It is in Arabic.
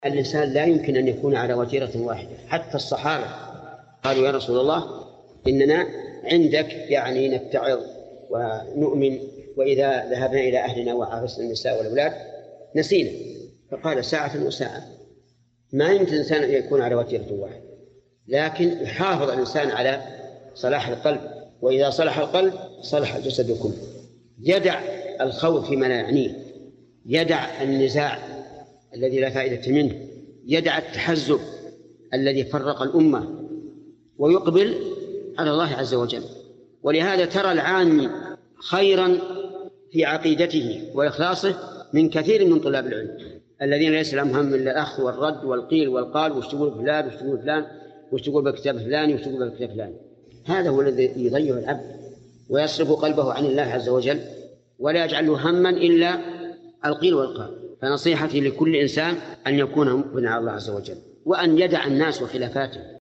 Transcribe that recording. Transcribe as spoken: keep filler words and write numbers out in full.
الإنسان لا يمكن أن يكون على وتيرة واحدة. حتى الصحابة قالوا يا رسول الله إننا عندك يعني نتعظ ونؤمن، وإذا ذهبنا إلى أهلنا وعرسنا النساء والأولاد نسينا. فقال ساعة وساعة. ما يمكن الإنسان أن يكون على وتيرة واحدة، لكن يحافظ الإنسان على صلاح القلب، وإذا صلح القلب صلح الجسد كله. يدع الخوض فيما لا يعنيه، يدع النزاع الذي لا فائدة منه، يدع التحزب الذي فرق الأمة، ويقبل على الله عز وجل. ولهذا ترى العامي خيرا في عقيدته وإخلاصه من كثير من طلاب العلم الذين ليس لهم هم إلا الأخذ والرد والقيل والقال، وش تقول فلان وش تقول فلان وش تقول بالكتاب فلان وش تقول بالكتاب فلان. هذا هو الذي يضيع العبد ويصرف قلبه عن الله عز وجل، ولا يجعله هما إلا القيل والقال. فنصيحتي لكل إنسان أن يكون مقبلا على الله عز وجل، وأن يدع الناس وخلافاتهم.